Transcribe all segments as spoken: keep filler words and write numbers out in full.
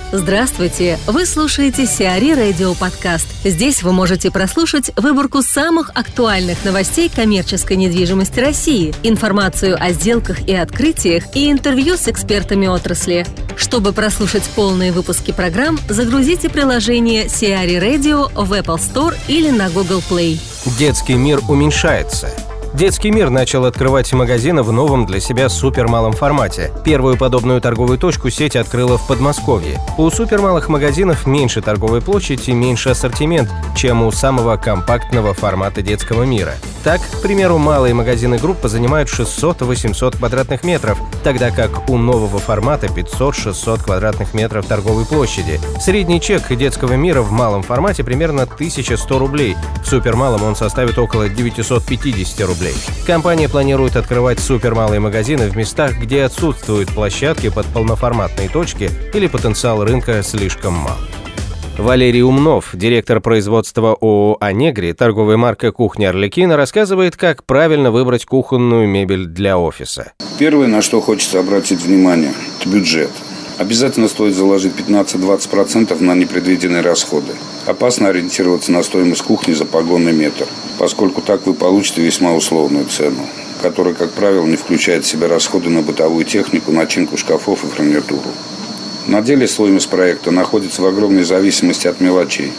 Здравствуйте! Вы слушаете Сиари Радио Подкаст. Здесь вы можете прослушать выборку самых актуальных новостей коммерческой недвижимости России, информацию о сделках и открытиях и интервью с экспертами отрасли. Чтобы прослушать полные выпуски программ, загрузите приложение Сиари Radio в Apple Store или на Google Play. Детский мир уменьшается. Детский мир начал открывать магазины в новом для себя супермалом формате. Первую подобную торговую точку сеть открыла в Подмосковье. У супермалых магазинов меньше торговой площади и меньше ассортимент, чем у самого компактного формата детского мира. Так, к примеру, малые магазины группы занимают шестьсот-восемьсот квадратных метров, тогда как у нового формата пятьсот-шестьсот квадратных метров торговой площади. Средний чек детского мира в малом формате примерно тысяча сто рублей. В супермалом он составит около девятьсот пятьдесят рублей. Компания планирует открывать супермалые магазины в местах, где отсутствуют площадки под полноформатные точки или потенциал рынка слишком мал. Валерий Умнов, директор производства ООО «Онегри», торговая марка «Кухня Арлекино», рассказывает, как правильно выбрать кухонную мебель для офиса. Первое, на что хочется обратить внимание, это бюджет. Обязательно стоит заложить пятнадцать-двадцать процентов на непредвиденные расходы. Опасно ориентироваться на стоимость кухни за погонный метр, поскольку так вы получите весьма условную цену, которая, как правило, не включает в себя расходы на бытовую технику, начинку шкафов и фурнитуру. На деле стоимость проекта находится в огромной зависимости от мелочей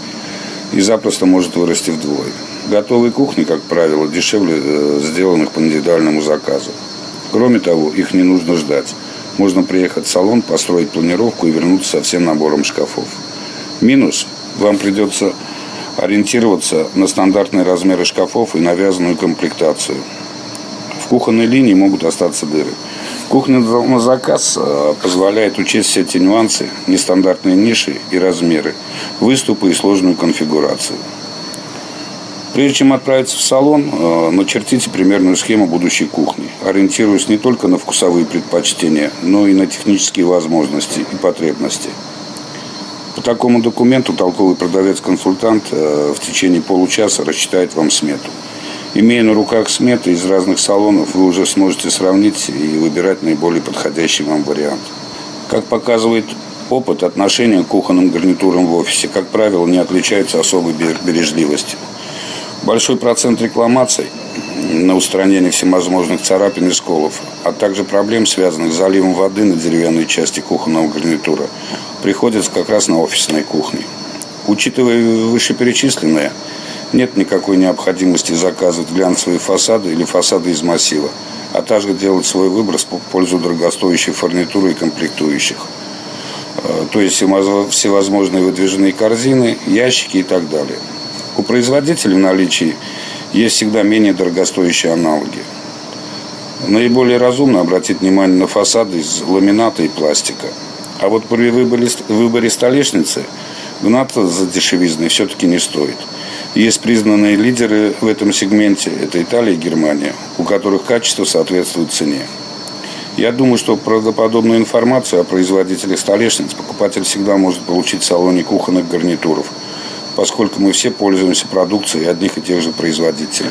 и запросто может вырасти вдвое. Готовые кухни, как правило, дешевле сделанных по индивидуальному заказу. Кроме того, их не нужно ждать. Можно приехать в салон, построить планировку и вернуться со всем набором шкафов. Минус – вам придется ориентироваться на стандартные размеры шкафов и навязанную комплектацию. В кухонной линии могут остаться дыры. Кухня на заказ позволяет учесть все эти нюансы, нестандартные ниши и размеры, выступы и сложную конфигурацию. Прежде чем отправиться в салон, начертите примерную схему будущей кухни, ориентируясь не только на вкусовые предпочтения, но и на технические возможности и потребности. По такому документу толковый продавец-консультант в течение получаса рассчитает вам смету. Имея на руках сметы из разных салонов, вы уже сможете сравнить и выбирать наиболее подходящий вам вариант. Как показывает опыт, отношение к кухонным гарнитурам в офисе, как правило, не отличается особой бережливостью. Большой процент рекламаций на устранение всевозможных царапин и сколов, а также проблем, связанных с заливом воды на деревянной части кухонного гарнитура, приходится как раз на офисной кухне. Учитывая вышеперечисленное, нет никакой необходимости заказывать глянцевые фасады или фасады из массива, а также делать свой выбор в пользу дорогостоящей фурнитуры и комплектующих. То есть всевозможные выдвижные корзины, ящики и так далее. У производителей в наличии есть всегда менее дорогостоящие аналоги. Наиболее разумно обратить внимание на фасады из ламината и пластика. А вот при выборе, выборе столешницы гнаться за дешевизной все-таки не стоит. Есть признанные лидеры в этом сегменте – это Италия и Германия, у которых качество соответствует цене. Я думаю, что правдоподобную информацию о производителях столешниц покупатель всегда может получить в салоне кухонных гарнитуров, поскольку мы все пользуемся продукцией одних и тех же производителей.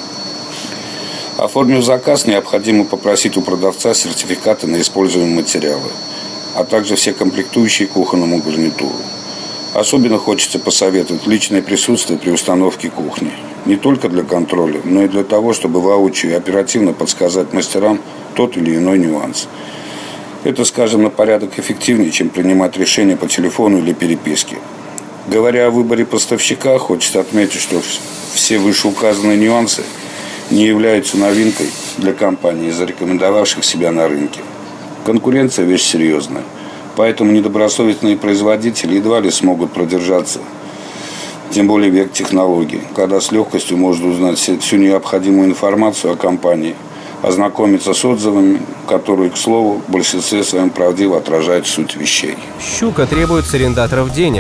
Оформив заказ, необходимо попросить у продавца сертификаты на используемые материалы, а также все комплектующие к кухонному гарнитуру. Особенно хочется посоветовать личное присутствие при установке кухни. Не только для контроля, но и для того, чтобы воочию и оперативно подсказать мастерам тот или иной нюанс. Это, скажем, на порядок эффективнее, чем принимать решения по телефону или переписке. Говоря о выборе поставщика, хочется отметить, что все вышеуказанные нюансы не являются новинкой для компаний, зарекомендовавших себя на рынке. Конкуренция – вещь серьезная, поэтому недобросовестные производители едва ли смогут продержаться, тем более век технологий, когда с легкостью можно узнать всю необходимую информацию о компании, ознакомиться с отзывами, которые, к слову, в большинстве своем правдиво отражают суть вещей. Щука требует с арендаторов денег.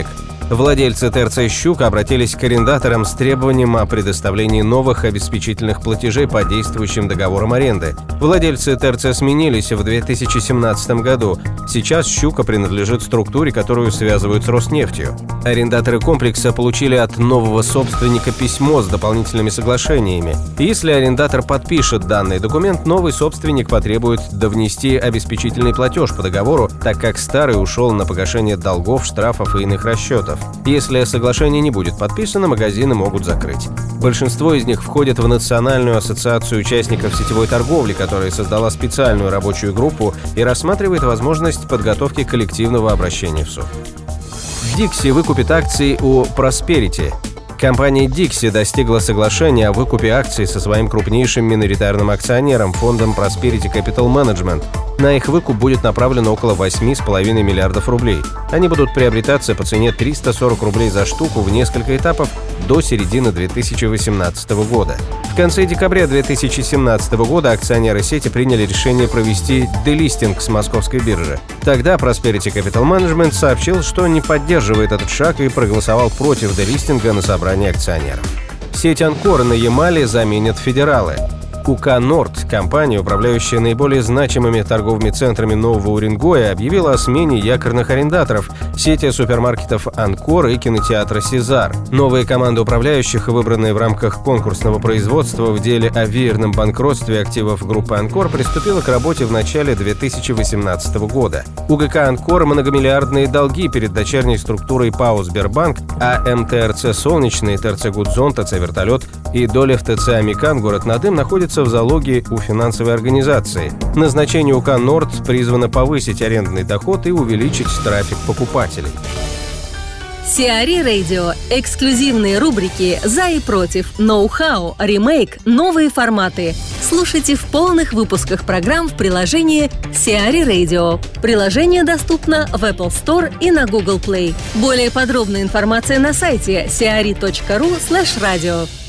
Владельцы ТРЦ «Щука» обратились к арендаторам с требованием о предоставлении новых обеспечительных платежей по действующим договорам аренды. Владельцы ТРЦ сменились в две тысячи семнадцатом году. Сейчас «Щука» принадлежит структуре, которую связывают с Роснефтью. Арендаторы комплекса получили от нового собственника письмо с дополнительными соглашениями. Если арендатор подпишет данный документ, новый собственник потребует довнести обеспечительный платеж по договору, так как старый ушел на погашение долгов, штрафов и иных расчетов. Если соглашение не будет подписано, магазины могут закрыть. Большинство из них входят в Национальную ассоциацию участников сетевой торговли, которая создала специальную рабочую группу и рассматривает возможность подготовки коллективного обращения в суд. Dixie выкупит акции у Prosperity. Компания Dixie достигла соглашения о выкупе акций со своим крупнейшим миноритарным акционером, фондом Prosperity Capital Management. На их выкуп будет направлено около восемь целых пять десятых миллиардов рублей. Они будут приобретаться по цене триста сорок рублей за штуку в несколько этапов до середины две тысячи восемнадцатого года. В конце декабря две тысячи семнадцатого года акционеры сети приняли решение провести делистинг с московской биржи. Тогда Prosperity Capital Management сообщил, что не поддерживает этот шаг и проголосовал против делистинга на собрании акционеров. Сеть Анкор на Ямале заменят федералы. УК «Норд», компания, управляющая наиболее значимыми торговыми центрами Нового Уренгоя, объявила о смене якорных арендаторов сети супермаркетов «Анкор» и кинотеатра «Сезар». Новые команды управляющих, выбранные в рамках конкурсного производства в деле о веерном банкротстве активов группы «Анкор», приступила к работе в начале две тысячи восемнадцатого года. УГК «Анкор» многомиллиардные долги перед дочерней структурой ПАО «Сбербанк», а МТРЦ «Солнечный», ТРЦ «Гудзон», ТЦ «Вертолет» и доля в ТЦ «Амикан» город Надым находятся в залоге у финансовой организации. Назначение УК «Норд» призвано повысить арендный доход и увеличить трафик покупателей. Сиари Radio. Эксклюзивные рубрики «За и против», «Ноу-хау», «Ремейк», «Новые форматы». Слушайте в полных выпусках программ в приложении Сиари Radio. Приложение доступно в Apple Store и на Google Play. Более подробная информация на сайте сиари точка ру слэш радио.